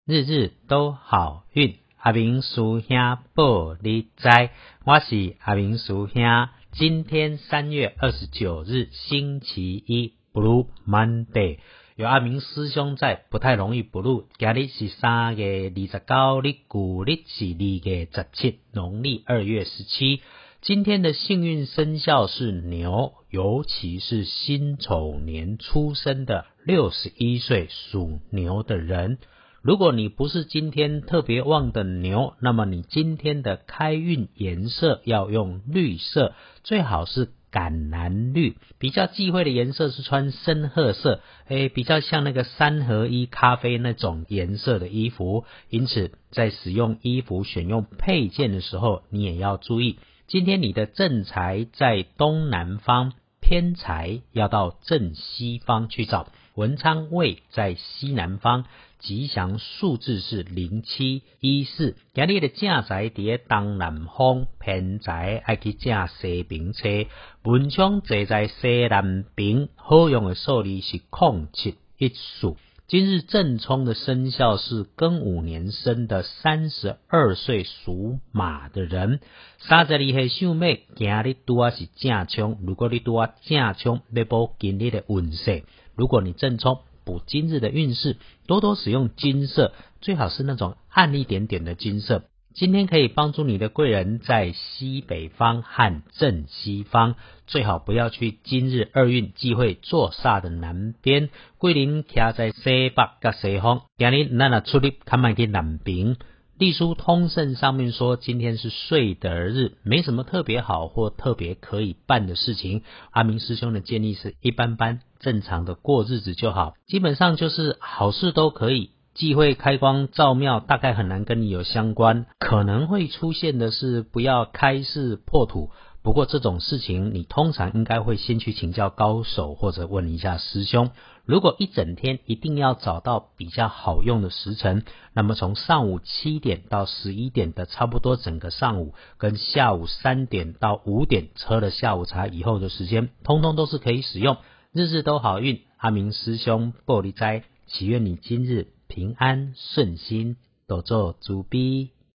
日日都好运，阿明师兄报你知，我是阿明师兄。今天3月29日星期一 Blue Monday， 有阿明师兄在，不太容易 Blue。今日是3月29日，古历是2月17，农历2月17。今天的幸运生肖是牛，尤其是辛丑年出生的61岁属牛的人。如果你不是今天特别旺的牛，那么你今天的开运颜色要用绿色，最好是橄榄绿。比较忌讳的颜色是穿深褐色，比较像那个3合1咖啡那种颜色的衣服。因此在使用衣服选用配件的时候，你也要注意，今天你的正财在东南方，偏财要到正西方去找。文昌位在西南方，吉祥数字是0714。今日的正财在东南方，偏财要去正西边找。文昌坐在西南边，好用的数字是0714。今日正冲的生肖是庚午年生的32岁属马的人。32岁属马，今日拄啊是正冲，如果你拄啊正冲，要补今日的运势。如果你正冲补今日的运势，多多使用金色，最好是那种暗一点点的金色。今天可以帮助你的贵人在西北方和正西方，最好不要去今日二运忌讳坐煞的南边。贵人徛在西北跟西方，今日咱若出入较莫去南边。隶书通胜上面说，今天是岁得日，没什么特别好或特别可以办的事情。阿明师兄的建议是一般般，正常的过日子就好，基本上就是好事都可以。忌讳开光照庙大概很难跟你有相关，可能会出现的是不要开市破土，不过这种事情你通常应该会先去请教高手或者问一下师兄。如果一整天一定要找到比较好用的时辰，那么从上午7点到11点的差不多整个上午，跟下午3点到5点喝了下午茶以后的时间，通通都是可以使用。日日都好运，阿明师兄报你知，祈愿你今日平安顺心，多做主逼。